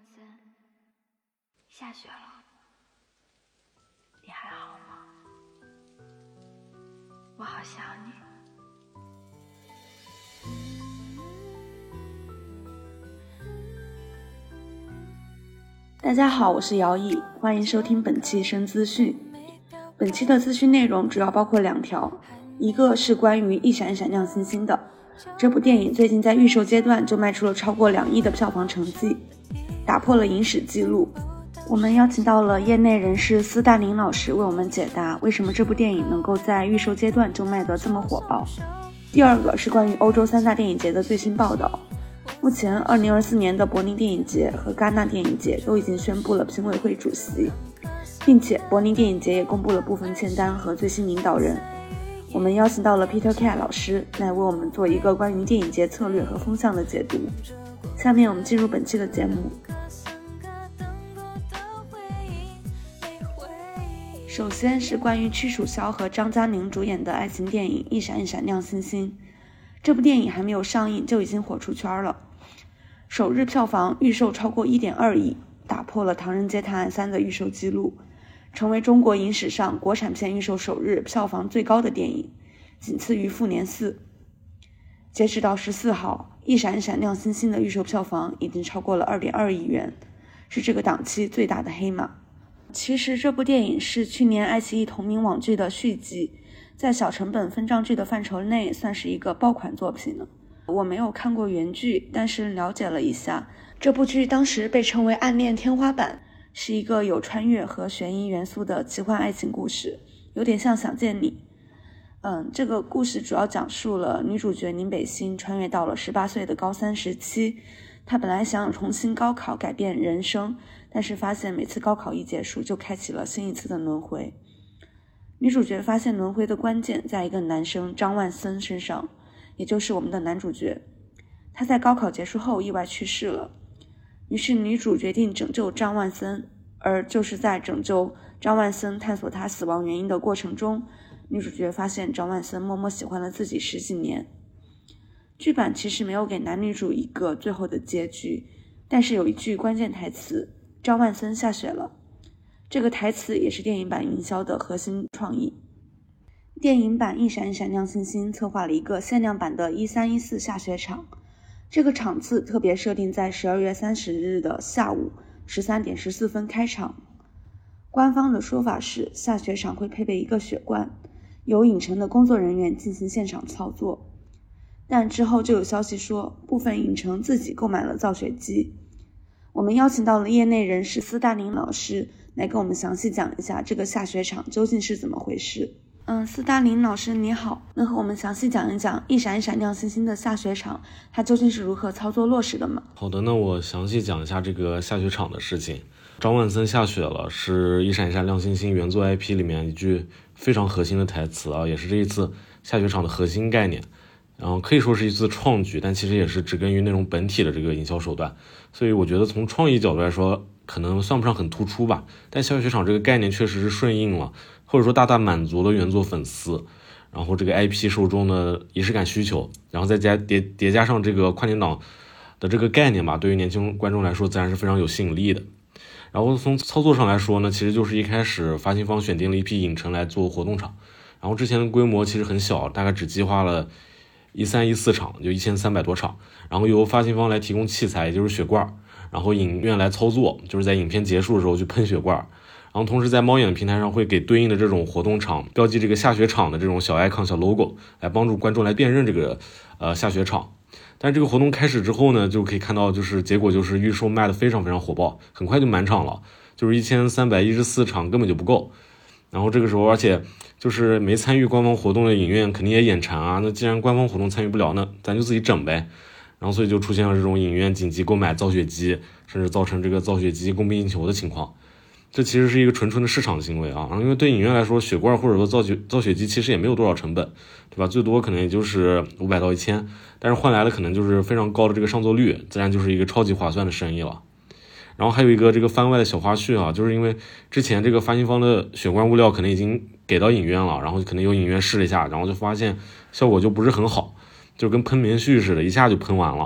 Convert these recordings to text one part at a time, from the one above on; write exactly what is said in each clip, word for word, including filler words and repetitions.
森，下雪了，你还好吗？我好想你。 大家好，我是姚毅，欢迎收听本期生资讯。本期的资讯内容主要包括两条，一个是关于一闪一闪亮星星的，这部电影最近在预售阶段就卖出了超过两亿的票房成绩，打破了影史纪录。我们邀请到了业内人士斯大林老师为我们解答为什么这部电影能够在预售阶段就卖得这么火爆。第二个是关于欧洲三大电影节的最新报道。目前二零二四年的柏林电影节和戛纳电影节都已经宣布了评委会主席，并且柏林电影节也公布了部分签单和最新领导人。我们邀请到了 Peter Cat 老师来为我们做一个关于电影节策略和风向的解读。下面我们进入本期的节目。首先是关于屈楚萧和张嘉宁主演的爱情电影《一闪一闪亮星星》。这部电影还没有上映就已经火出圈了，首日票房预售超过 一点二亿，打破了《唐人街探案三》的预售纪录，成为中国影史上国产片预售首日票房最高的电影，仅次于《复联四》。截止到十四号，《一闪一闪亮星星》的预售票房已经超过了 二点二亿元，是这个档期最大的黑马。其实这部电影是去年爱奇艺同名网剧的续集，在小成本分账剧的范畴内算是一个爆款作品了。我没有看过原剧，但是了解了一下，这部剧当时被称为暗恋天花板，是一个有穿越和悬疑元素的奇幻爱情故事，有点像想见你。嗯，这个故事主要讲述了女主角宁北星穿越到了十八岁的高三时期，她本来想重新高考改变人生，但是发现每次高考一结束就开启了新一次的轮回。女主角发现轮回的关键在一个男生张万森身上，也就是我们的男主角。他在高考结束后意外去世了，于是女主决定拯救张万森，而就是在拯救张万森探索他死亡原因的过程中，女主角发现张万森默默喜欢了自己十几年。剧版其实没有给男女主一个最后的结局，但是有一句关键台词，张万森下雪了，这个台词也是电影版营销的核心创意。电影版一闪一闪亮星星策划了一个限量版的一三一四下雪场，这个场次特别设定在十二月三十日的下午十三点十四分开场。官方的说法是下雪场会配备一个雪罐，由影城的工作人员进行现场操作，但之后就有消息说部分影城自己购买了造雪机。我们邀请到了业内人士斯大林老师来跟我们详细讲一下这个下雪场究竟是怎么回事。嗯，斯大林老师你好，能和我们详细讲一讲一闪一闪亮星星的下雪场它究竟是如何操作落实的吗？ 好的，那我详细讲一下这个下雪场的事情。张万森下雪了是一闪一闪亮星星原作 I P 里面一句非常核心的台词啊，也是这一次下雪场的核心概念。然后可以说是一次创举，但其实也是植根于内容本体的这个营销手段，所以我觉得从创意角度来说可能算不上很突出吧，但下雪场这个概念确实是顺应了，或者说大大满足了原作粉丝，然后这个 I P 受众的仪式感需求，然后再加叠叠加上这个跨年档的这个概念吧，对于年轻观众来说自然是非常有吸引力的。然后从操作上来说呢，其实就是一开始发行方选定了一批影城来做活动场，然后之前的规模其实很小，大概只计划了一三一四场，就一千三百多场，然后由发行方来提供器材，也就是雪罐，然后影院来操作，就是在影片结束的时候去喷雪罐，然后同时在猫眼平台上会给对应的这种活动场标记这个下雪场的这种小 icon 小 logo， 来帮助观众来辨认这个呃下雪场。但是这个活动开始之后呢，就可以看到就是结果就是预售卖的非常非常火爆，很快就满场了，就是一千三百一十四场根本就不够。然后这个时候而且就是没参与官方活动的影院肯定也眼馋啊，那既然官方活动参与不了，那咱就自己整呗。然后所以就出现了这种影院紧急购买造雪机，甚至造成这个造雪机供不应求的情况。这其实是一个纯纯的市场行为啊，因为对影院来说，雪罐或者说造雪造雪机其实也没有多少成本，对吧？最多可能也就是五百到一千，但是换来了可能就是非常高的这个上座率，自然就是一个超级划算的生意了。然后还有一个这个番外的小花絮啊，就是因为之前这个发行方的雪罐物料可能已经给到影院了，然后可能有影院试了一下，然后就发现效果就不是很好，就跟喷棉絮似的，一下就喷完了。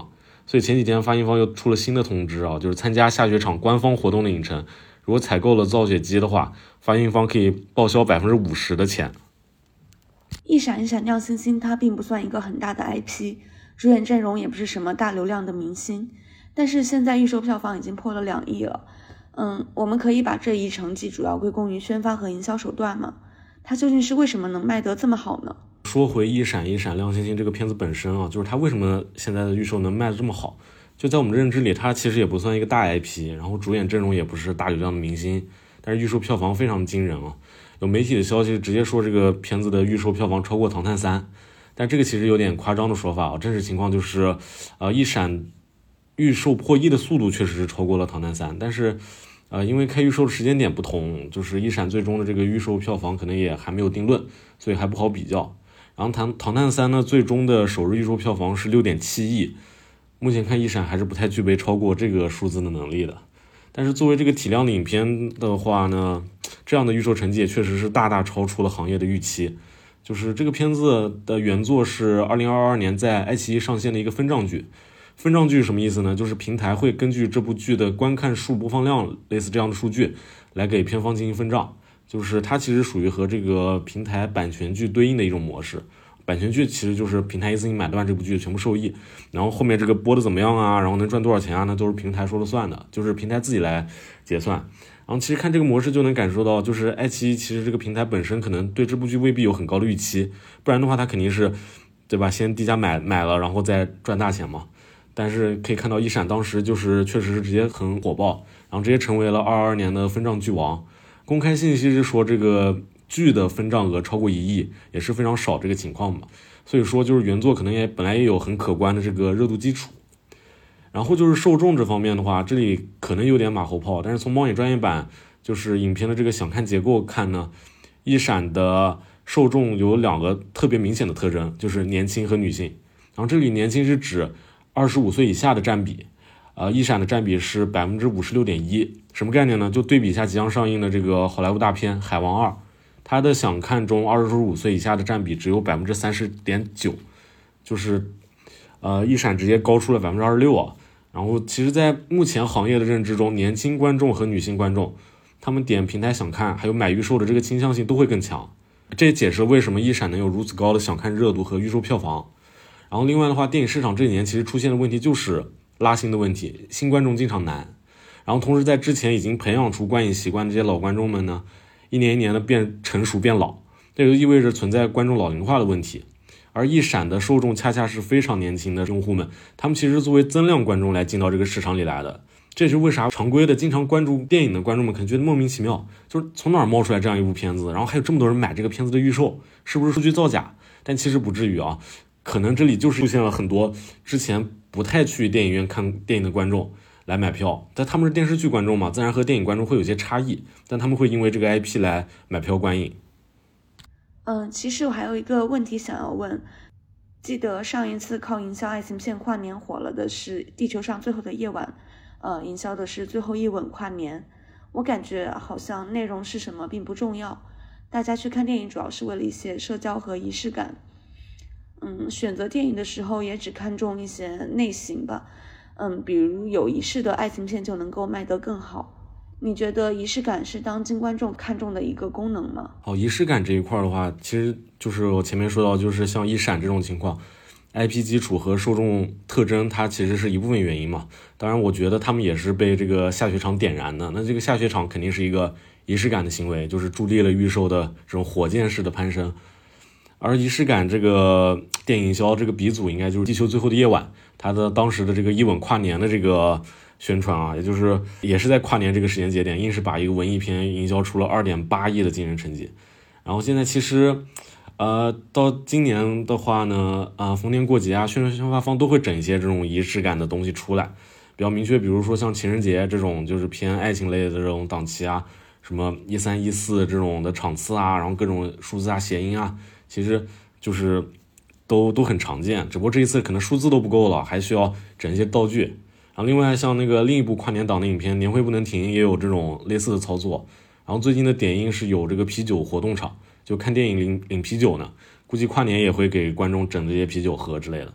所以前几天发行方又出了新的通知啊，就是参加下雪场官方活动的影城，如果采购了造雪机的话，发行方可以报销百分之五十的钱。 一闪一闪亮星星它并不算一个很大的 I P， 主演阵容也不是什么大流量的明星，但是现在预售票房已经破了两亿了。嗯，我们可以把这一成绩主要归功于宣发和营销手段吗？它究竟是为什么能卖得这么好呢？ 说回一闪一闪亮星星这个片子本身啊，就是它为什么现在的预售能卖得这么好，就在我们的认知里，它其实也不算一个大 I P， 然后主演阵容也不是大流量的明星，但是预售票房非常惊人啊。有媒体的消息直接说这个片子的预售票房超过唐探三，但这个其实有点夸张的说法啊，真实情况就是呃一闪预售破亿的速度确实是超过了唐探三，但是呃因为开预售的时间点不同，就是一闪最终的这个预售票房可能也还没有定论，所以还不好比较。然后唐唐探三呢，最终的首日预售票房是 六点七亿，目前看一闪还是不太具备超过这个数字的能力的。但是作为这个体量的影片的话呢，这样的预售成绩也确实是大大超出了行业的预期。就是这个片子的原作是二零二二年在爱奇艺上线的一个分账剧。分账剧什么意思呢？就是平台会根据这部剧的观看数、播放量类似这样的数据来给片方进行分账，就是它其实属于和这个平台版权剧对应的一种模式。版权剧其实就是平台一次性买断这部剧全部受益，然后后面这个播的怎么样啊，然后能赚多少钱啊，那都是平台说了算的，就是平台自己来结算。然后其实看这个模式就能感受到，就是爱奇艺其实这个平台本身可能对这部剧未必有很高的预期，不然的话它肯定是对吧，先低价买买了然后再赚大钱嘛。但是可以看到一闪当时就是确实是直接很火爆，然后直接成为了二二年的分账剧王。公开信息是说这个剧的分账额超过一亿，也是非常少这个情况嘛，所以说就是原作可能也本来也有很可观的这个热度基础。然后就是受众这方面的话，这里可能有点马后炮，但是从猫眼专业版就是影片的这个想看结构看呢，一闪的受众有两个特别明显的特征，就是年轻和女性。然后这里年轻是指二十五岁以下的占比，呃，一闪的占比是 百分之五十六点一， 什么概念呢？就对比一下即将上映的这个好莱坞大片《海王二》，它的想看中二十五岁以下的占比只有 百分之三十点九， 就是呃一闪直接高出了 百分之二十六 啊。然后其实在目前行业的认知中，年轻观众和女性观众他们点平台想看还有买预售的这个倾向性都会更强，这也解释了为什么一闪能有如此高的想看热度和预售票房。然后另外的话，电影市场这几年其实出现的问题就是拉新的问题，新观众经常难。然后同时在之前已经培养出观影习惯的这些老观众们呢，一年一年的变成熟变老，这就意味着存在观众老龄化的问题。而一闪的受众恰恰是非常年轻的用户们，他们其实作为增量观众来进到这个市场里来的。这也是为啥常规的经常关注电影的观众们可能觉得莫名其妙，就是从哪儿冒出来这样一部片子，然后还有这么多人买这个片子的预售，是不是数据造假？但其实不至于啊，可能这里就是出现了很多之前不太去电影院看电影的观众来买票，但他们是电视剧观众嘛，自然和电影观众会有些差异，但他们会因为这个 I P 来买票观影。 嗯，其实我还有一个问题想要问，记得上一次靠营销爱情片跨年火了的是《地球上最后的夜晚》，呃，营销的是最后一吻跨年。我感觉好像内容是什么并不重要，大家去看电影主要是为了一些社交和仪式感。嗯，选择电影的时候也只看重一些内型吧。嗯，比如有仪式的爱情片就能够卖得更好。你觉得仪式感是当今观众看重的一个功能吗？ 好，仪式感这一块的话，其实就是我前面说到，就是像一闪这种情况 I P 基础和受众特征它其实是一部分原因嘛。当然我觉得他们也是被这个下雪场点燃的，那这个下雪场肯定是一个仪式感的行为，就是助力了预售的这种火箭式的攀升。而仪式感这个电影营销这个鼻祖应该就是《地球最后的夜晚》，它的当时的这个一吻跨年的这个宣传啊，也就是也是在跨年这个时间节点，硬是把一个文艺片营销出了 二点八亿的惊人成绩。然后现在其实呃到今年的话呢，呃逢年过节啊，宣传宣发方都会整一些这种仪式感的东西出来，比较明确，比如说像情人节这种就是偏爱情类的这种档期啊，什么一三一四这种的场次啊，然后各种数字啊谐音啊，其实就是都都很常见，只不过这一次可能数字都不够了，还需要整一些道具。然后另外像那个另一部跨年档的影片《年会不能停》也有这种类似的操作。然后最近的点映是有这个啤酒活动场，就看电影领领啤酒呢，估计跨年也会给观众整这些啤酒喝之类的。然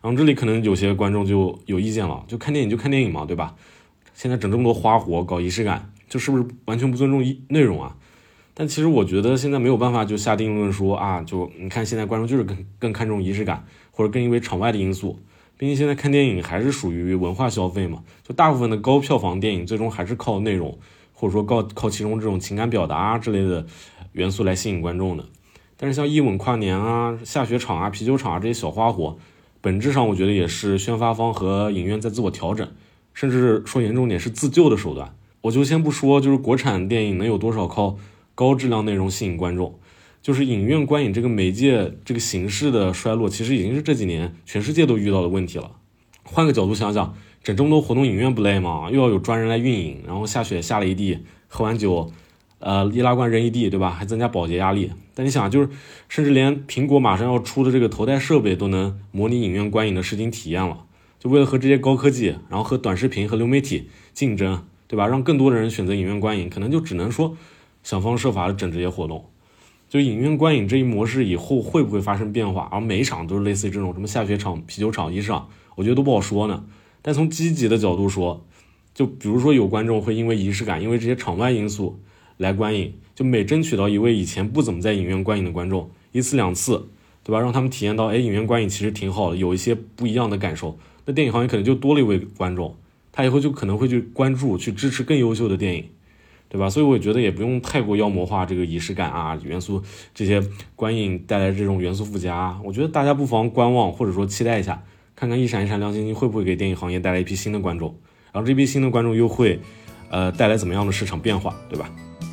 然后这里可能有些观众就有意见了，就看电影就看电影嘛，对吧？现在整这么多花活搞仪式感，就是不是完全不尊重内容啊？但其实我觉得现在没有办法就下定论说啊，就你看现在观众就是更更看重仪式感，或者更因为场外的因素。毕竟现在看电影还是属于文化消费嘛，就大部分的高票房电影最终还是靠内容，或者说靠靠其中这种情感表达啊之类的元素来吸引观众的。但是像艺吻跨年啊、下雪场啊、啤酒场啊这些小花活，本质上我觉得也是宣发方和影院在自我调整，甚至说严重点是自救的手段。我就先不说就是国产电影能有多少靠高质量内容吸引观众，就是影院观影这个媒介这个形式的衰落，其实已经是这几年全世界都遇到的问题了。换个角度想想，整这么多活动影院不累吗？又要有专人来运营，然后下雪下了一地，喝完酒呃，易拉罐扔一地，对吧？还增加保洁压力。但你想，就是甚至连苹果马上要出的这个头戴设备都能模拟影院观影的实景体验了，就为了和这些高科技，然后和短视频和流媒体竞争，对吧？让更多的人选择影院观影，可能就只能说想方设法的整这些活动。就影院观影这一模式以后会不会发生变化？而每一场都是类似于这种什么下雪场、啤酒场、仪式场，我觉得都不好说呢。但从积极的角度说，就比如说有观众会因为仪式感，因为这些场外因素来观影，就每争取到一位以前不怎么在影院观影的观众，一次两次，对吧？让他们体验到，哎，影院观影其实挺好的，有一些不一样的感受。那电影行业可能就多了一位观众，他以后就可能会去关注、去支持更优秀的电影，对吧？所以我觉得也不用太过妖魔化这个仪式感啊、元素这些观影带来这种元素附加啊。我觉得大家不妨观望，或者说期待一下，看看一闪一闪亮星星会不会给电影行业带来一批新的观众，然后这批新的观众又会呃带来怎么样的市场变化，对吧？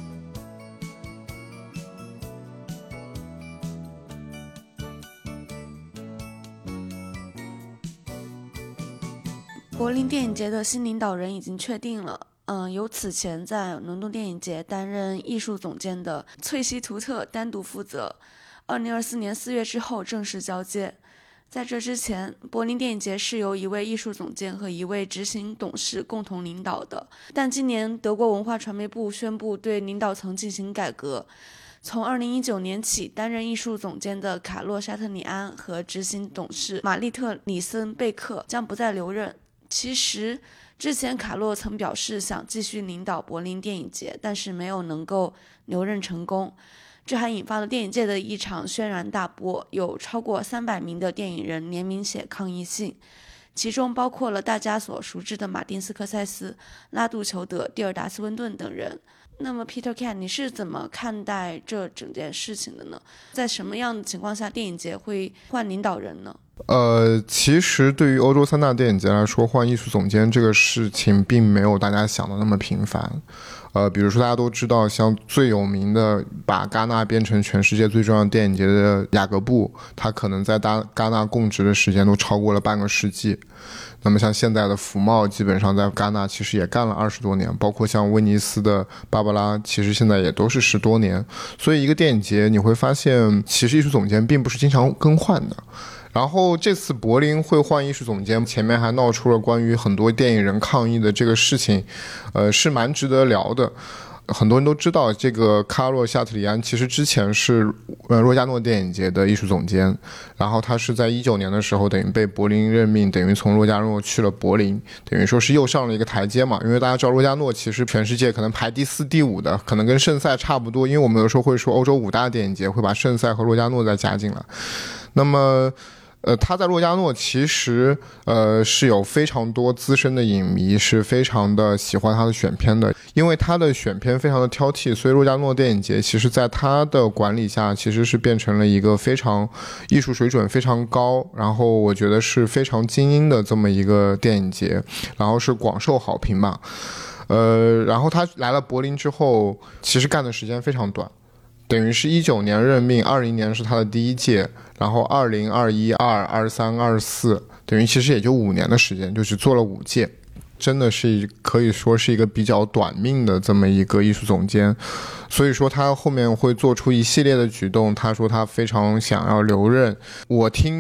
柏林电影节的新领导人已经确定了，嗯，由此前在伦敦电影节担任艺术总监的翠西图特单独负责，二零二四年四月之后正式交接。在这之前，柏林电影节是由一位艺术总监和一位执行董事共同领导的，但今年德国文化传媒部宣布对领导层进行改革，从二零一九年起，担任艺术总监的卡洛沙特里安和执行董事玛丽特里森贝克将不再留任。其实之前卡洛曾表示想继续领导柏林电影节，但是没有能够留任成功，这还引发了电影界的一场轩然大波，有超过三百名的电影人联名写抗议信，其中包括了大家所熟知的马丁斯科塞斯、拉杜裘德、蒂尔达斯温顿等人。那么 Peter Ken， 你是怎么看待这整件事情的呢？在什么样的情况下电影节会换领导人呢？ 呃，其实对于欧洲三大电影节来说，换艺术总监这个事情并没有大家想的那么频繁。呃，比如说大家都知道，像最有名的把戛纳变成全世界最重要的电影节的雅各布，他可能在戛戛纳供职的时间都超过了半个世纪。那么像现在的福茂，基本上在戛纳其实也干了二十多年，包括像威尼斯的芭芭拉，其实现在也都是十多年。所以一个电影节你会发现，其实艺术总监并不是经常更换的。然后这次柏林会换艺术总监，前面还闹出了关于很多电影人抗议的这个事情，呃，是蛮值得聊的。很多人都知道，这个卡洛夏特里安其实之前是呃若加诺电影节的艺术总监，然后他是在一九年的时候等于被柏林任命，等于从若加诺去了柏林，等于说是又上了一个台阶嘛。因为大家知道若加诺其实全世界可能排第四第五的，可能跟圣塞差不多，因为我们有时候会说欧洲五大电影节会把圣塞和若加诺再加进来。那么呃，他在若加诺其实呃是有非常多资深的影迷是非常的喜欢他的选片的，因为他的选片非常的挑剔，所以若加诺电影节其实在他的管理下其实是变成了一个非常艺术水准非常高，然后我觉得是非常精英的这么一个电影节，然后是广受好评吧。呃，然后他来了柏林之后，其实干的时间非常短，等于是一九年任命，二零年是他的第一届，然后二零、二一、二、二三、二四，等于其实也就五年的时间，就只做了五届，真的是可以说是一个比较短命的这么一个艺术总监。所以说他后面会做出一系列的举动，他说他非常想要留任。我听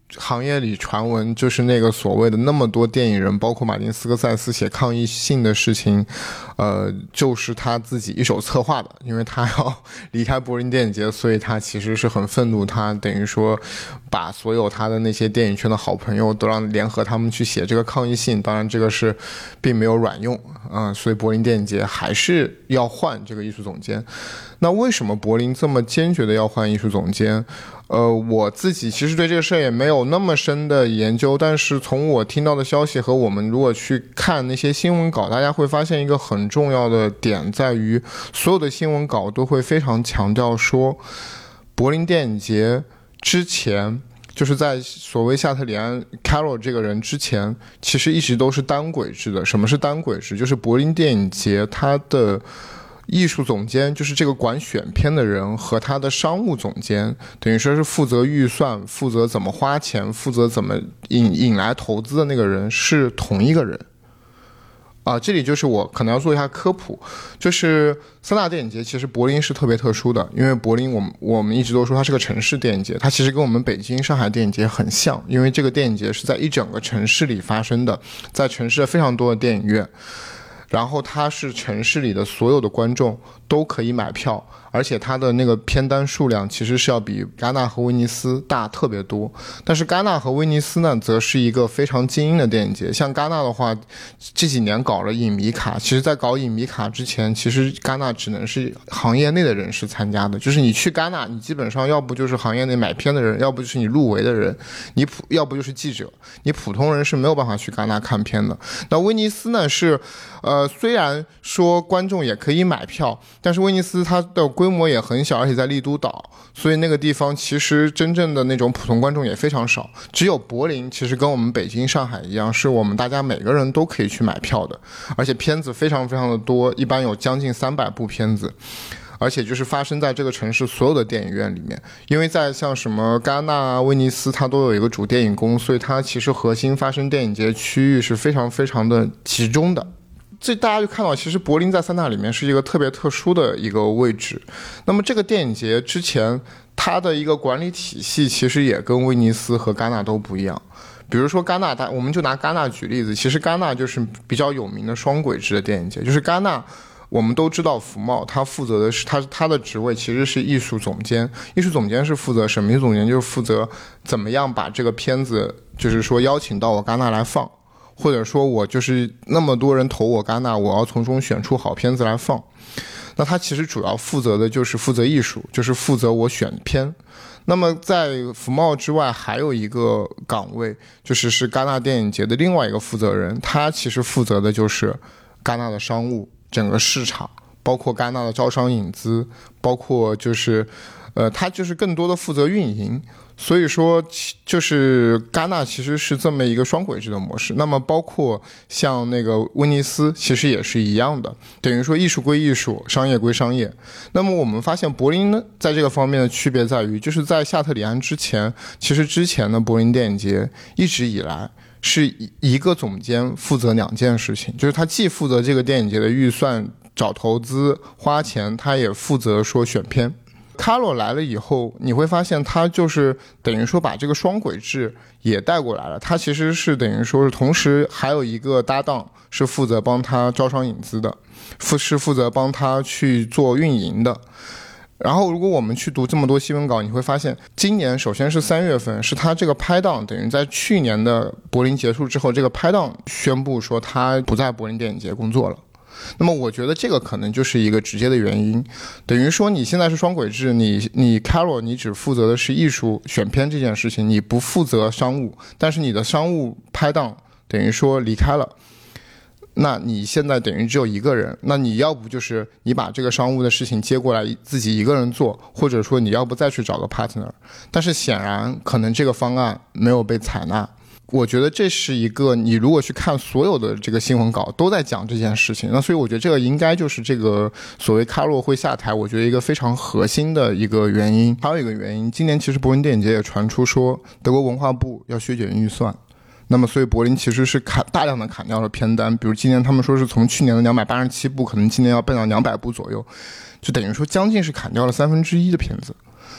行业里传闻，就是那个所谓的那么多电影人，包括马丁斯科塞斯写抗议信的事情，呃，就是他自己一手策划的。因为他要离开柏林电影节，所以他其实是很愤怒，他等于说把所有他的那些电影圈的好朋友都让联合他们去写这个抗议信。当然这个是并没有卵用啊、呃，所以柏林电影节还是要换这个艺术总监。那为什么柏林这么坚决的要换艺术总监？呃，我自己其实对这个事儿也没有那么深的研究，但是从我听到的消息和我们如果去看那些新闻稿，大家会发现一个很重要的点，在于所有的新闻稿都会非常强调说，柏林电影节之前，就是在所谓夏特里安 Carol 这个人之前，其实一直都是单轨制的。什么是单轨制？就是柏林电影节它的艺术总监，就是这个管选片的人，和他的商务总监，等于说是负责预算、负责怎么花钱、负责怎么引引来投资的那个人是同一个人。啊，这里就是我可能要做一下科普，就是三大电影节其实柏林是特别特殊的，因为柏林我们我们一直都说它是个城市电影节，它其实跟我们北京、上海电影节很像，因为这个电影节是在一整个城市里发生的，在城市的非常多的电影院。然后它是城市里的所有的观众都可以买票，而且它的那个片单数量其实是要比戛纳和威尼斯大特别多。但是戛纳和威尼斯呢，则是一个非常精英的电影节。像戛纳的话，这几年搞了影迷卡，其实在搞影迷卡之前，其实戛纳只能是行业内的人士参加的，就是你去戛纳，你基本上要不就是行业内买片的人，要不就是你入围的人，你普要不就是记者，你普通人是没有办法去戛纳看片的。那威尼斯呢是呃，虽然说观众也可以买票，但是威尼斯它的规模也很小，而且在丽都岛，所以那个地方其实真正的那种普通观众也非常少。只有柏林其实跟我们北京、上海一样，是我们大家每个人都可以去买票的，而且片子非常非常的多，一般有将近三百部片子。而且就是发生在这个城市所有的电影院里面，因为在像什么戛纳啊、威尼斯，它都有一个主电影宫，所以它其实核心发生电影节区域是非常非常的集中的。这大家就看到，其实柏林在三大里面是一个特别特殊的一个位置。那么这个电影节之前，它的一个管理体系其实也跟威尼斯和戛纳都不一样。比如说戛纳，我们就拿戛纳举例子，其实戛纳就是比较有名的双轨制的电影节，就是戛纳。我们都知道福茂他负责的是他他的职位其实是艺术总监，艺术总监是负责什么？艺术总监就是负责怎么样把这个片子就是说邀请到我戛纳来放，或者说我就是那么多人投我戛纳，我要从中选出好片子来放。那他其实主要负责的就是负责艺术，就是负责我选片。那么在福茂之外还有一个岗位，就是是戛纳电影节的另外一个负责人，他其实负责的就是戛纳的商务，整个市场，包括戛纳的招商引资，包括就是呃他就是更多的负责运营。所以说就是戛纳其实是这么一个双轨制的模式。那么包括像那个威尼斯其实也是一样的，等于说艺术归艺术，商业归商业。那么我们发现柏林呢在这个方面的区别在于，就是在夏特里安之前，其实之前的柏林电影节一直以来是一个总监负责两件事情，就是他既负责这个电影节的预算找投资花钱，他也负责说选片。卡洛来了以后，你会发现他就是等于说把这个双轨制也带过来了。他其实是等于说是同时还有一个搭档是负责帮他招商引资的，是负责帮他去做运营的。然后如果我们去读这么多新闻稿，你会发现今年首先是三月份，是他这个拍档等于在去年的柏林结束之后，这个拍档宣布说他不在柏林电影节工作了。那么我觉得这个可能就是一个直接的原因，等于说你现在是双轨制，你你 Carol 你只负责的是艺术选片这件事情，你不负责商务，但是你的商务拍档等于说离开了，那你现在等于只有一个人，那你要不就是你把这个商务的事情接过来自己一个人做，或者说你要不再去找个 partner， 但是显然可能这个方案没有被采纳。我觉得这是一个你如果去看所有的这个新闻稿都在讲这件事情，那所以我觉得这个应该就是这个所谓卡洛会下台，我觉得一个非常核心的一个原因。还有一个原因，今年其实柏林电影节也传出说德国文化部要削减预算，那么所以柏林其实是砍大量的砍掉了片单，比如今年他们说是从去年的两百八十七部可能今年要变到两百部左右，就等于说将近是砍掉了三分之一的片子。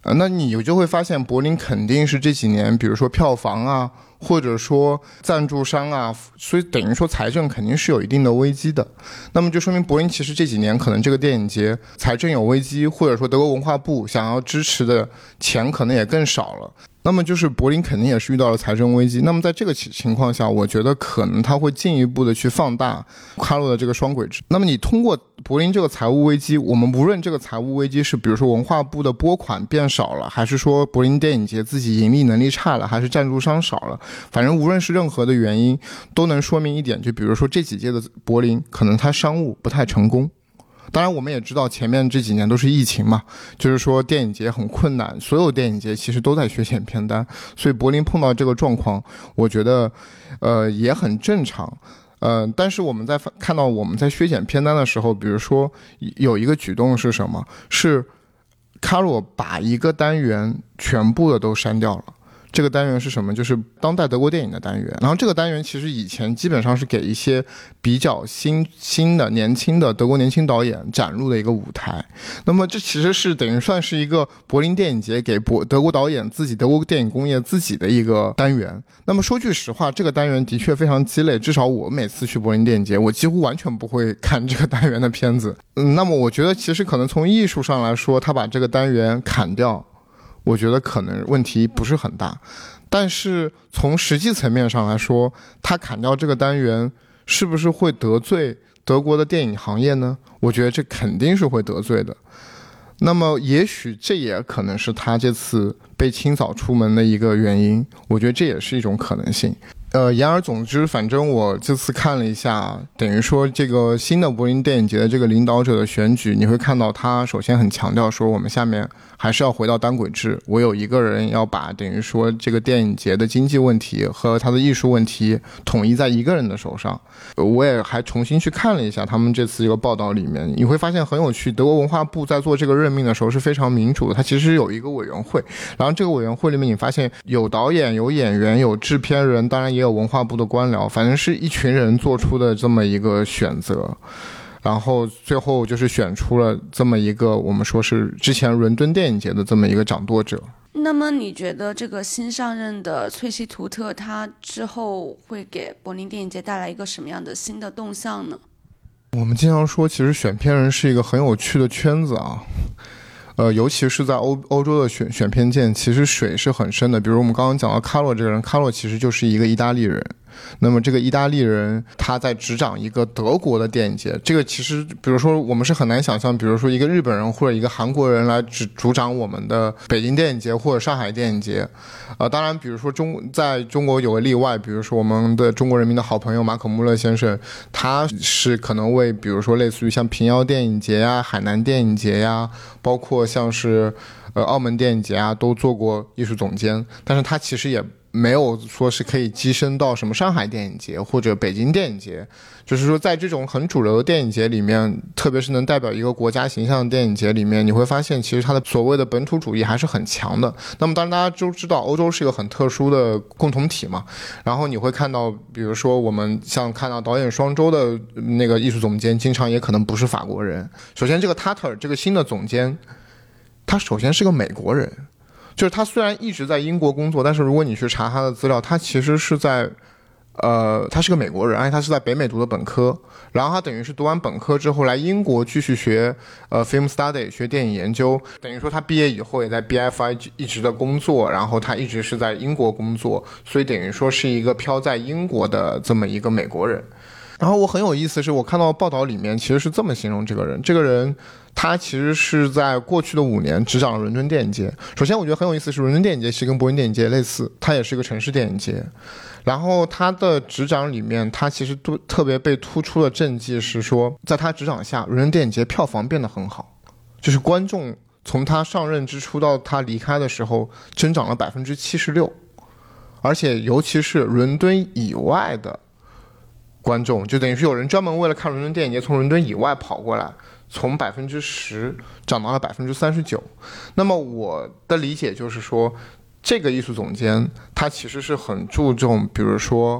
呃，那你就会发现柏林肯定是这几年比如说票房啊或者说赞助商啊，所以等于说财政肯定是有一定的危机的。那么就说明柏林其实这几年可能这个电影节财政有危机，或者说德国文化部想要支持的钱可能也更少了。那么就是柏林肯定也是遇到了财政危机，那么在这个情况下，我觉得可能他会进一步的去放大卡洛的这个双轨制。那么你通过柏林这个财务危机，我们无论这个财务危机是比如说文化部的拨款变少了，还是说柏林电影节自己盈利能力差了，还是赞助商少了，反正无论是任何的原因，都能说明一点，就比如说这几届的柏林可能它商务不太成功。当然我们也知道前面这几年都是疫情嘛，就是说电影节很困难，所有电影节其实都在削减片单，所以柏林碰到这个状况我觉得呃也很正常。呃，但是我们在看到我们在削减片单的时候，比如说有一个举动是什么，是卡洛把一个单元全部的都删掉了。这个单元是什么？就是当代德国电影的单元。然后这个单元其实以前基本上是给一些比较新新的年轻的德国年轻导演展露的一个舞台。那么这其实是等于算是一个柏林电影节给德国导演自己德国电影工业自己的一个单元。那么说句实话，这个单元的确非常鸡肋，至少我每次去柏林电影节我几乎完全不会看这个单元的片子。嗯，那么我觉得其实可能从艺术上来说，他把这个单元砍掉，我觉得可能问题不是很大。但是从实际层面上来说，他砍掉这个单元是不是会得罪德国的电影行业呢？我觉得这肯定是会得罪的。那么也许这也可能是他这次被清扫出门的一个原因，我觉得这也是一种可能性。呃，言而总之，反正我这次看了一下，等于说这个新的柏林电影节的这个领导者的选举，你会看到他首先很强调说我们下面还是要回到单轨制，我有一个人要把等于说这个电影节的经济问题和他的艺术问题统一在一个人的手上。我也还重新去看了一下他们这次这个报道里面，你会发现很有趣，德国文化部在做这个任命的时候是非常民主的，他其实有一个委员会，然后这个委员会里面你发现有导演有演员有制片人，当然也有文化部的官僚，反正是一群人做出的这么一个选择，然后最后就是选出了这么一个我们说是之前伦敦电影节的这么一个掌舵者。 那么你觉得这个新上任的翠西图特他之后会给柏林电影节带来一个什么样的新的动向呢？ 我们经常说其实选片人是一个很有趣的圈子啊，呃，尤其是在欧欧洲的选选片界，其实水是很深的。比如我们刚刚讲到卡洛这个人，卡洛其实就是一个意大利人。那么这个意大利人他在执掌一个德国的电影节，这个其实比如说我们是很难想象，比如说一个日本人或者一个韩国人来主主掌我们的北京电影节或者上海电影节。呃，当然比如说中在中国有个例外，比如说我们的中国人民的好朋友马可穆勒先生，他是可能为比如说类似于像平遥电影节呀、海南电影节呀，包括像是呃澳门电影节啊都做过艺术总监，但是他其实也没有说是可以跻身到什么上海电影节或者北京电影节，就是说在这种很主流的电影节里面，特别是能代表一个国家形象的电影节里面，你会发现其实它的所谓的本土主义还是很强的。那么当然大家都知道欧洲是一个很特殊的共同体嘛，然后你会看到比如说我们像看到导演双周的那个艺术总监经常也可能不是法国人。首先这个 Tatar 这个新的总监他首先是个美国人，就是他虽然一直在英国工作，但是如果你去查他的资料，他其实是在呃，他是个美国人，而且他是在北美读的本科，然后他等于是读完本科之后来英国继续学呃 film study 学电影研究，等于说他毕业以后也在 B F I 一直的工作，然后他一直是在英国工作，所以等于说是一个飘在英国的这么一个美国人。然后我很有意思是我看到报道里面其实是这么形容这个人，这个人他其实是在过去的五年执掌了伦敦电影节。首先我觉得很有意思是伦敦电影节其实跟柏林电影节类似，它也是一个城市电影节，然后他的执掌里面他其实特别被突出的政绩是说在他执掌下伦敦电影节票房变得很好，就是观众从他上任之初到他离开的时候增长了 百分之七十六， 而且尤其是伦敦以外的观众，就等于是有人专门为了看伦敦电影节从伦敦以外跑过来，从 百分之十 涨到了 百分之三十九。 那么我的理解就是说这个艺术总监他其实是很注重比如说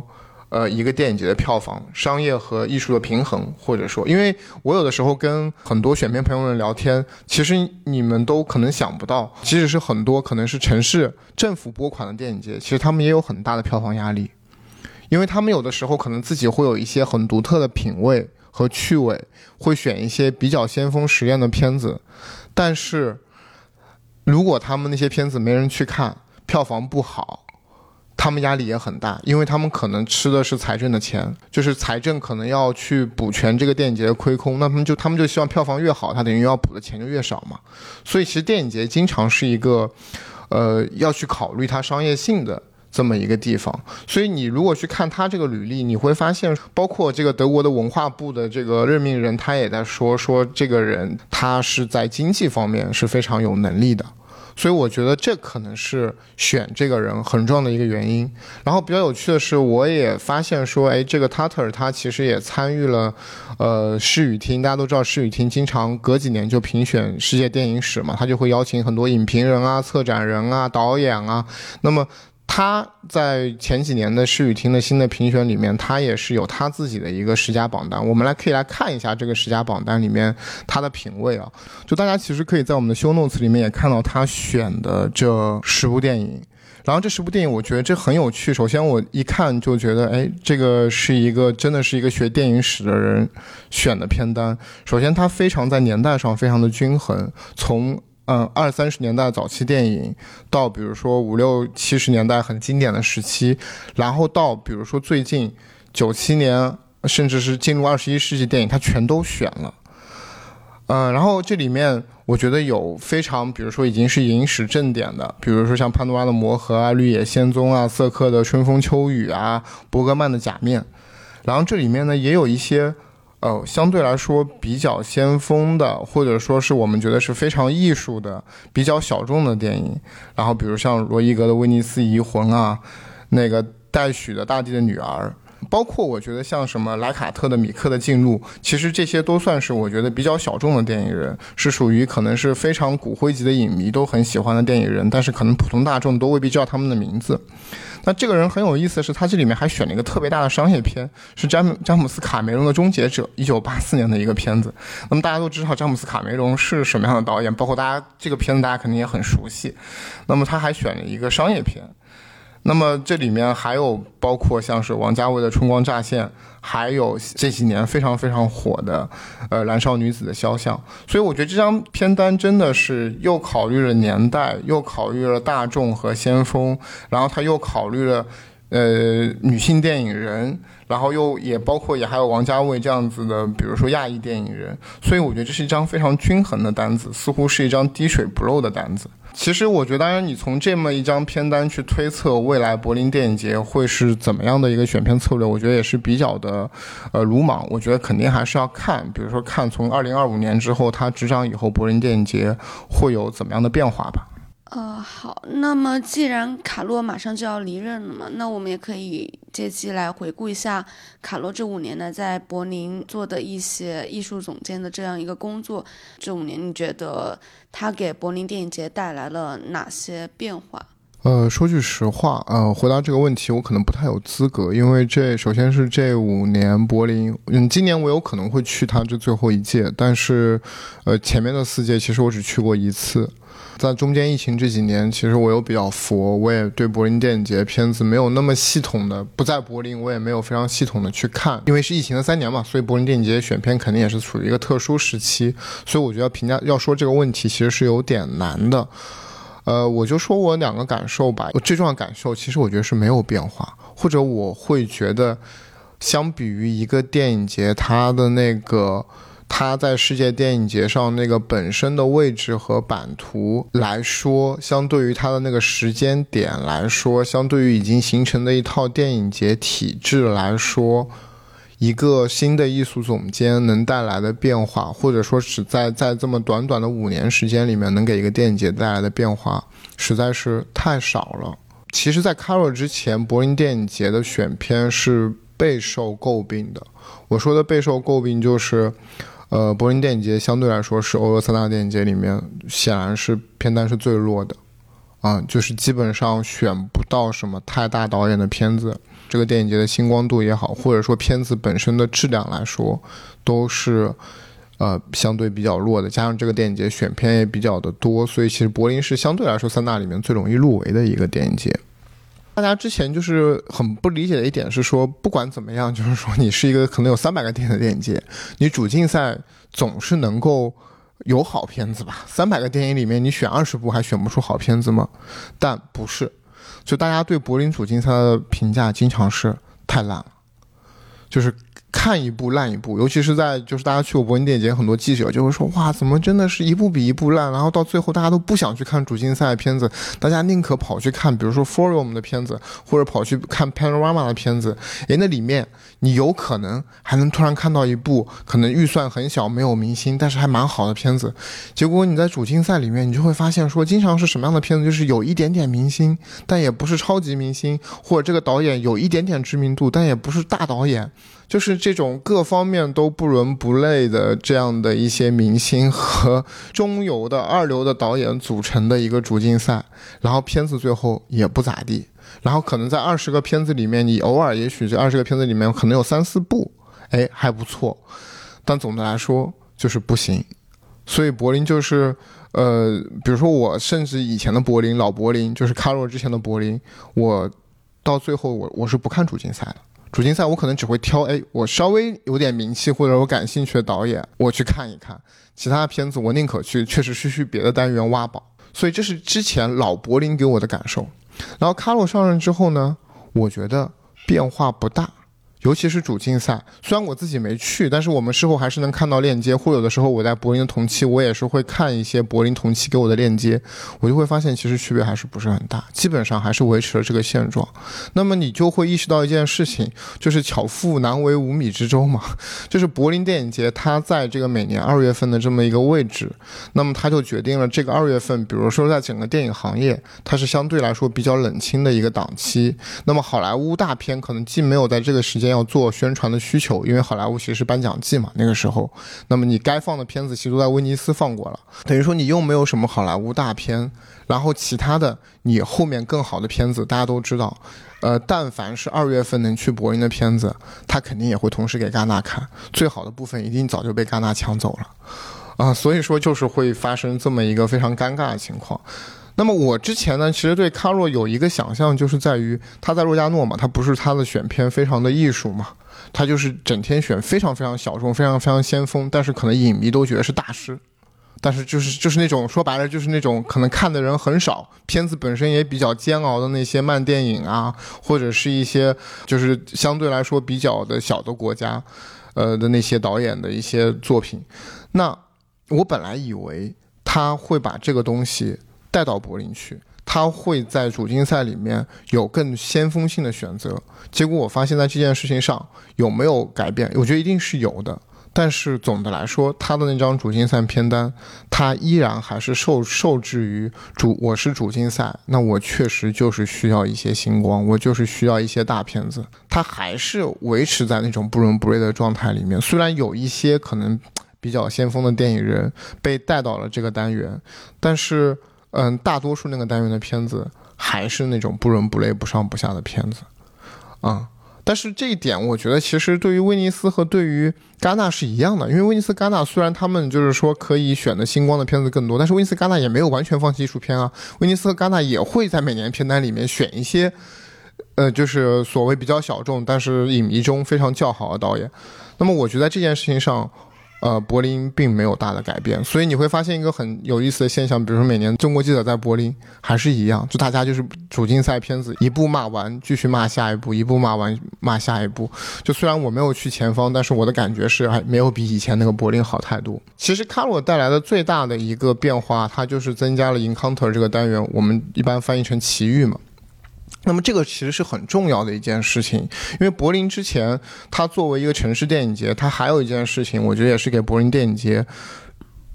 呃，一个电影节的票房，商业和艺术的平衡，或者说，因为我有的时候跟很多选片朋友们聊天，其实你们都可能想不到，即使是很多可能是城市政府拨款的电影节，其实他们也有很大的票房压力，因为他们有的时候可能自己会有一些很独特的品味和趣味，会选一些比较先锋实验的片子，但是如果他们那些片子没人去看，票房不好，他们压力也很大，因为他们可能吃的是财政的钱，就是财政可能要去补全这个电影节的亏空，那他们就他们就希望票房越好，他等于要补的钱就越少嘛。所以其实电影节经常是一个呃要去考虑它商业性的这么一个地方。所以你如果去看他这个履历，你会发现包括这个德国的文化部的这个任命人，他也在说说这个人他是在经济方面是非常有能力的，所以我觉得这可能是选这个人很重要的一个原因。然后比较有趣的是，我也发现说，哎，这个 Tatar 他其实也参与了，呃，视语厅。大家都知道视语厅经常隔几年就评选世界电影史嘛，他就会邀请很多影评人啊、策展人啊、导演啊。那么他在前几年的视语厅的新的评选里面，他也是有他自己的一个十佳榜单。我们来可以来看一下这个十佳榜单里面他的品味啊，就大家其实可以在我们的 show notes 里面也看到他选的这十部电影。然后这十部电影我觉得这很有趣，首先我一看就觉得，哎，这个是一个真的是一个学电影史的人选的片单。首先它非常在年代上非常的均衡，从嗯，二三十年代早期电影，到比如说五六七十年代很经典的时期，然后到比如说最近九七年，甚至是进入二十一世纪电影，它全都选了。嗯，然后这里面我觉得有非常，比如说已经是影史正典的，比如说像潘多拉的魔盒啊、绿野仙踪啊、瑟克的春风秋雨啊、伯格曼的假面，然后这里面呢也有一些。呃，相对来说比较先锋的，或者说是我们觉得是非常艺术的、比较小众的电影。然后，比如像罗伊格的《威尼斯遗魂》啊，那个戴许的《大地的女儿》，包括我觉得像什么莱卡特的《米克的进入》，其实这些都算是我觉得比较小众的电影人，是属于可能是非常骨灰级的影迷都很喜欢的电影人，但是可能普通大众都未必知道他们的名字。那这个人很有意思的是，他这里面还选了一个特别大的商业片，是詹姆詹姆斯卡梅隆的《终结者》，一九八四年的一个片子。那么大家都知道詹姆斯卡梅隆是什么样的导演，包括大家这个片子大家肯定也很熟悉。那么他还选了一个商业片。那么这里面还有包括像是王家卫的《春光乍现》，还有这几年非常非常火的呃《燃烧女子的肖像》。所以我觉得这张片单真的是又考虑了年代，又考虑了大众和先锋，然后他又考虑了呃女性电影人，然后又也包括也还有王家卫这样子的比如说亚裔电影人。所以我觉得这是一张非常均衡的单子，似乎是一张滴水不漏的单子。其实我觉得当然你从这么一张片单去推测未来柏林电影节会是怎么样的一个选片策略，我觉得也是比较的呃鲁莽。我觉得肯定还是要看，比如说看从二零二五年之后他执掌以后柏林电影节会有怎么样的变化吧。 呃，好，那么既然卡洛马上就要离任了嘛，那我们也可以借机来回顾一下卡洛这五年呢在柏林做的一些艺术总监的这样一个工作。这五年你觉得他给柏林电影节带来了哪些变化？ 呃，说句实话，呃，回答这个问题我可能不太有资格，因为这首先是这五年柏林，嗯，今年我有可能会去他这最后一届，但是，呃，前面的四届其实我只去过一次。在中间疫情这几年，其实我有比较佛，我也对柏林电影节片子没有那么系统的，不在柏林我也没有非常系统的去看，因为是疫情的三年嘛，所以柏林电影节选片肯定也是处于一个特殊时期，所以我觉得评价要说这个问题其实是有点难的。呃，我就说我两个感受吧，我最重要的感受其实我觉得是没有变化，或者我会觉得相比于一个电影节它的那个它在世界电影节上那个本身的位置和版图来说，相对于它的那个时间点来说，相对于已经形成的一套电影节体制来说，一个新的艺术总监能带来的变化，或者说是在在这么短短的五年时间里面能给一个电影节带来的变化实在是太少了。其实在 Caro 之前，柏林电影节的选片是备受诟病的。我说的备受诟病就是呃，柏林电影节相对来说是欧洲三大电影节里面显然是片单是最弱的啊，就是基本上选不到什么太大导演的片子。 这个电影节的星光度也好，或者说片子本身的质量来说，都是呃相对比较弱的，加上这个电影节选片也比较的多，所以其实柏林是相对来说三大里面最容易入围的一个电影节。大家之前就是很不理解的一点是说，不管怎么样，就是说你是一个可能有三百个电影的电影节，你主竞赛总是能够有好片子吧？三百个电影里面你选二十部还选不出好片子吗？但不是，就大家对柏林主竞赛的评价经常是太烂了，就是看一部烂一部，尤其是在就是大家去过柏林电影节，很多记者就会说，哇，怎么真的是一部比一部烂，然后到最后大家都不想去看主竞赛的片子，大家宁可跑去看比如说 Forum 的片子，或者跑去看 Panorama 的片子，诶，那里面你有可能还能突然看到一部可能预算很小没有明星但是还蛮好的片子，结果你在主竞赛里面你就会发现说，经常是什么样的片子，就是有一点点明星但也不是超级明星，或者这个导演有一点点知名度但也不是大导演，就是这种各方面都不伦不类的这样的一些明星和中游的二流的导演组成的一个主竞赛，然后片子最后也不咋地，然后可能在二十个片子里面，你偶尔也许这二十个片子里面可能有三四部，哎，还不错，但总的来说就是不行。所以柏林就是，呃，比如说我甚至以前的柏林，老柏林，就是卡洛之前的柏林，我到最后我我是不看主竞赛的。主竞赛我可能只会挑，哎，我稍微有点名气或者我感兴趣的导演，我去看一看。其他的片子我宁可去，确实是去别的单元挖宝。所以这是之前老柏林给我的感受。然后卡洛上任之后呢，我觉得变化不大。尤其是主竞赛，虽然我自己没去，但是我们事后还是能看到链接，或有的时候我在柏林的同期，我也是会看一些柏林同期给我的链接，我就会发现其实区别还是不是很大，基本上还是维持了这个现状。那么你就会意识到一件事情，就是巧妇难为无米之粥嘛，就是柏林电影节它在这个每年二月份的这么一个位置，那么它就决定了这个二月份，比如说在整个电影行业，它是相对来说比较冷清的一个档期。那么好莱坞大片可能既没有在这个时间要做宣传的需求，因为好莱坞其实是颁奖季嘛，那个时候，那么你该放的片子其实都在威尼斯放过了，等于说你又没有什么好莱坞大片，然后其他的你后面更好的片子大家都知道，呃，但凡是二月份能去柏林的片子，他肯定也会同时给戛纳看，最好的部分一定早就被戛纳抢走了啊、呃，所以说就是会发生这么一个非常尴尬的情况。那么我之前呢，其实对卡洛有一个想象，就是在于他在洛迦诺嘛，他不是他的选片非常的艺术嘛，他就是整天选非常非常小众、非常非常先锋，但是可能影迷都觉得是大师，但是就是就是那种说白了就是那种可能看的人很少，片子本身也比较煎熬的那些慢电影啊，或者是一些就是相对来说比较的小的国家，呃的那些导演的一些作品。那我本来以为他会把这个东西带到柏林去，他会在主竞赛里面有更先锋性的选择，结果我发现在这件事情上有没有改变，我觉得一定是有的，但是总的来说他的那张主竞赛片单，他依然还是受受制于主我是主竞赛，那我确实就是需要一些星光，我就是需要一些大片子，他还是维持在那种不伦不类的状态里面，虽然有一些可能比较先锋的电影人被带到了这个单元，但是嗯，大多数那个单元的片子还是那种不伦不类、不上不下的片子，啊、嗯，但是这一点我觉得其实对于威尼斯和对于戛纳是一样的，因为威尼斯、戛纳虽然他们就是说可以选的星光的片子更多，但是威尼斯、戛纳也没有完全放弃艺术片啊，威尼斯和戛纳也会在每年片单里面选一些，呃，就是所谓比较小众，但是影迷中非常叫好的导演。那么我觉得在这件事情上。呃，柏林并没有大的改变，所以你会发现一个很有意思的现象，比如说每年中国记者在柏林还是一样，就大家就是主竞赛片子一部骂完继续骂下一部，一部骂完骂下一部，就虽然我没有去前方，但是我的感觉是还没有比以前那个柏林好太多。其实卡洛带来的最大的一个变化，它就是增加了 Encounter 这个单元，我们一般翻译成奇遇嘛。那么这个其实是很重要的一件事情，因为柏林之前它作为一个城市电影节，它还有一件事情我觉得也是给柏林电影节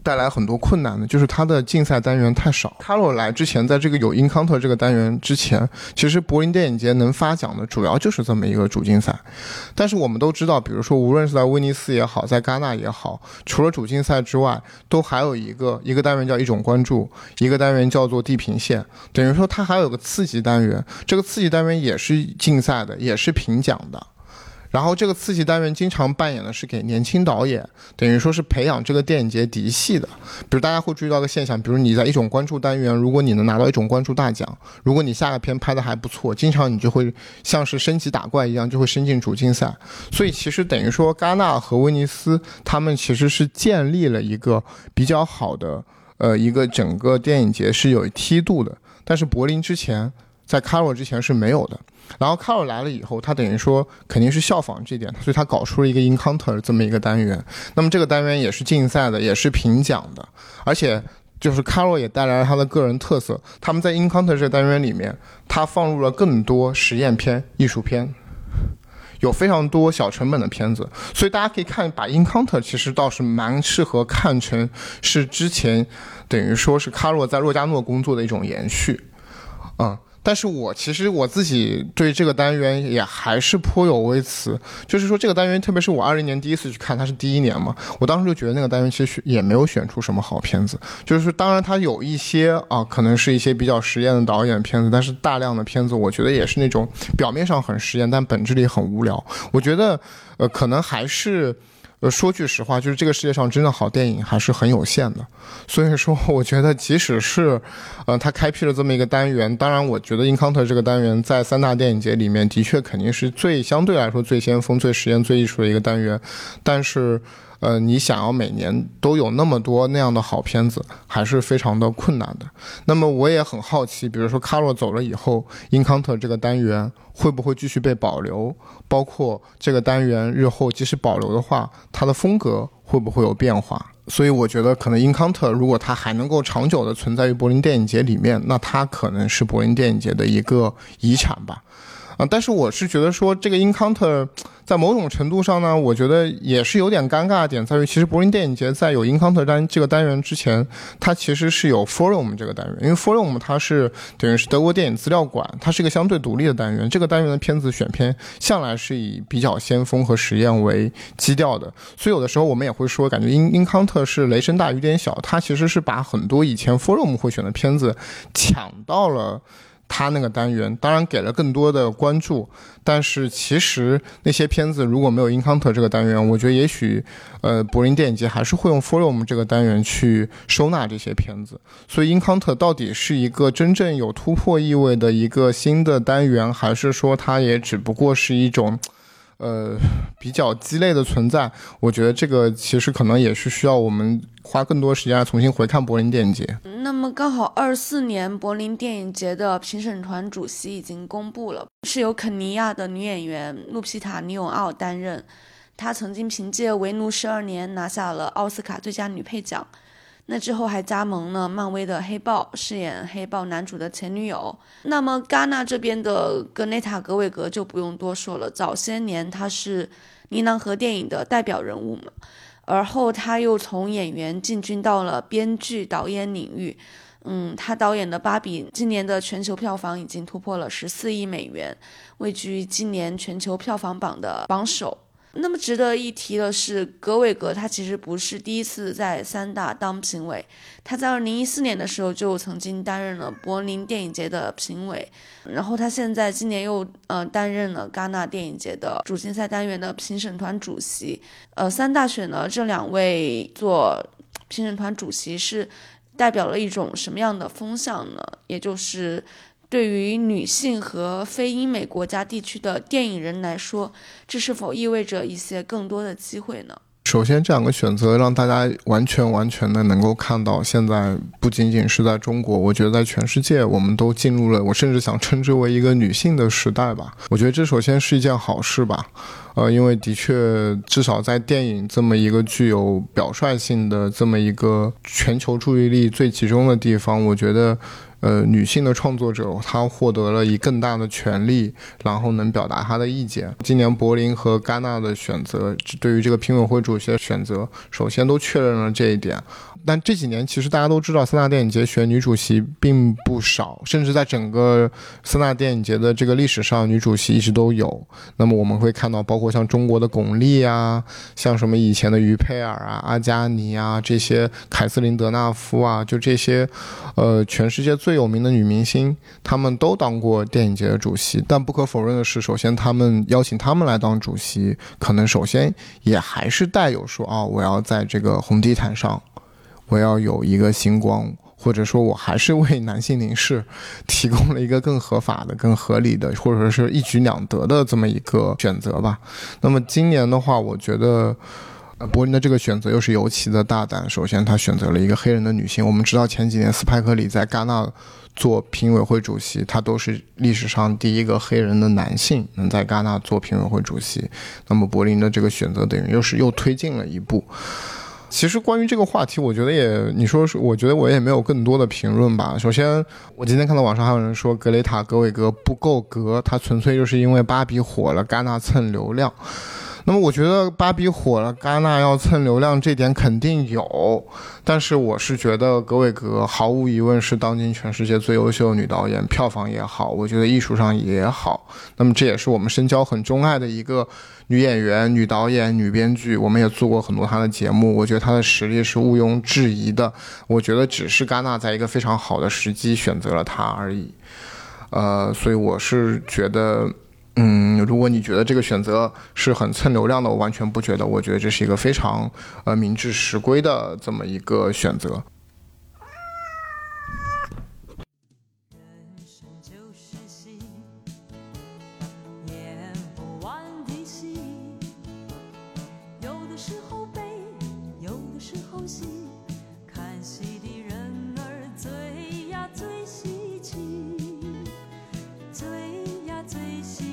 带来很多困难的，就是它的竞赛单元太少。卡罗来之前，在这个有 Encounter 这个单元之前，其实柏林电影节能发奖的主要就是这么一个主竞赛。但是我们都知道，比如说无论是在威尼斯也好，在戛纳也好，除了主竞赛之外，都还有一个一个单元叫一种关注，一个单元叫做地平线，等于说它还有个次级单元，这个次级单元也是竞赛的，也是评奖的。然后这个次级单元经常扮演的是给年轻导演，等于说是培养这个电影节嫡系的。比如大家会注意到一个现象，比如你在一种关注单元，如果你能拿到一种关注大奖，如果你下个片拍的还不错，经常你就会像是升级打怪一样，就会升进主竞赛。所以其实等于说戛纳和威尼斯他们其实是建立了一个比较好的呃一个整个电影节是有梯度的，但是柏林之前在卡罗之前是没有的。然后卡罗来了以后，他等于说肯定是效仿这点，所以他搞出了一个 Encounter 这么一个单元。那么这个单元也是竞赛的，也是评奖的，而且就是卡罗也带来了他的个人特色。他们在 Encounter 这个单元里面，他放入了更多实验片、艺术片，有非常多小成本的片子，所以大家可以看把 Encounter 其实倒是蛮适合看成是之前等于说是卡罗在洛迦诺工作的一种延续，嗯。但是我其实我自己对这个单元也还是颇有微词，就是说这个单元，特别是我二零年第一次去看，它是第一年嘛，我当时就觉得那个单元其实也没有选出什么好片子，就是说当然它有一些啊，可能是一些比较实验的导演片子，但是大量的片子我觉得也是那种表面上很实验，但本质里很无聊。我觉得呃，可能还是。呃，说句实话，就是这个世界上真的好电影还是很有限的，所以说我觉得即使是，呃，他开辟了这么一个单元，当然我觉得 Encounter 这个单元在三大电影节里面的确肯定是最相对来说最先锋、最实验、最艺术的一个单元，但是。呃，你想要每年都有那么多那样的好片子，还是非常的困难的。那么我也很好奇，比如说卡罗走了以后 ，Encounter 这个单元会不会继续被保留？包括这个单元日后即使保留的话，它的风格会不会有变化？所以我觉得可能 Encounter 如果它还能够长久的存在于柏林电影节里面，那它可能是柏林电影节的一个遗产吧。啊，但是我是觉得说这个 Encounter 在某种程度上呢，我觉得也是有点尴尬的点在于，其实柏林电影节在有 Encounter 单这个单元之前，它其实是有 Forum 这个单元，因为 Forum 它是等于是德国电影资料馆，它是一个相对独立的单元，这个单元的片子选片向来是以比较先锋和实验为基调的，所以有的时候我们也会说，感觉 Encounter 是雷声大雨点小，它其实是把很多以前 Forum 会选的片子抢到了他那个单元，当然给了更多的关注，但是其实那些片子如果没有 Encounter 这个单元，我觉得也许呃柏林电影节还是会用 Forum 这个单元去收纳这些片子。所以 Encounter 到底是一个真正有突破意味的一个新的单元，还是说它也只不过是一种呃比较鸡肋的存在？我觉得这个其实可能也是需要我们花更多时间来重新回看柏林电影节。 那么刚好二四年柏林电影节的评审团主席已经公布了，是由肯尼亚的女演员露皮塔·尼永奥担任。她曾经凭借《为奴十二年》拿下了奥斯卡最佳女配奖，那之后还加盟了漫威的黑豹，饰演黑豹男主的前女友。那么戛纳这边的格内塔·格韦格就不用多说了，早些年她是尼囊河电影的代表人物嘛，而后他又从演员进军到了编剧导演领域。嗯，他导演的《芭比》今年的全球票房已经突破了十四亿美元，位居今年全球票房榜的榜首。那么值得一提的是，格韦格他其实不是第一次在三大当评委，他在二零一四年的时候就曾经担任了柏林电影节的评委，然后他现在今年又呃担任了戛纳电影节的主竞赛单元的评审团主席。呃，三大选呢这两位做评审团主席是代表了一种什么样的风向呢？也就是对于女性和非英美国家地区的电影人来说，这是否意味着一些更多的机会呢？ 首先这两个选择让大家完全完全的能够看到，现在不仅仅是在中国，我觉得在全世界我们都进入了，我甚至想称之为一个女性的时代吧。我觉得这首先是一件好事吧。 呃，因为的确，至少在电影这么一个具有表率性的这么一个全球注意力最集中的地方，我觉得，呃，女性的创作者她获得了以更大的权利，然后能表达她的意见。今年柏林和戛纳的选择，对于这个评委会主席的选择，首先都确认了这一点。但这几年其实大家都知道，三大电影节选女主席并不少，甚至在整个三大电影节的这个历史上，女主席一直都有。那么我们会看到，包括像中国的巩俐啊，像什么以前的于佩尔啊、阿加尼啊，这些凯瑟琳·德纳夫啊，就这些，呃，全世界最有名的女明星，她们都当过电影节的主席。但不可否认的是，首先他们邀请他们来当主席，可能首先也还是带有说，哦，我要在这个红地毯上。我要有一个星光，或者说我还是为男性凝视提供了一个更合法的、更合理的，或者说是一举两得的这么一个选择吧。那么今年的话，我觉得呃，柏林的这个选择又是尤其的大胆。首先他选择了一个黑人的女性，我们知道前几年斯派克里在戛纳做评委会主席，他都是历史上第一个黑人的男性能在戛纳做评委会主席。那么柏林的这个选择等于又是又推进了一步。其实关于这个话题，我觉得也，你说是，我觉得我也没有更多的评论吧。首先，我今天看到网上还有人说格雷塔·格韦格不够格，他纯粹就是因为芭比火了，戛纳蹭流量。那么我觉得芭比火了，戛纳要蹭流量，这点肯定有。但是我是觉得格韦格毫无疑问是当今全世界最优秀的女导演，票房也好，我觉得艺术上也好。那么这也是我们深交很钟爱的一个女演员、女导演、女编剧，我们也做过很多她的节目，我觉得她的实力是毋庸置疑的。我觉得只是戛纳在一个非常好的时机选择了她而已。呃，所以我是觉得。嗯，如果你觉得这个选择是很蹭流量的，我完全不觉得，我觉得这是一个非常呃明智实归的这么一个选择。 最呀最稀奇，最呀最稀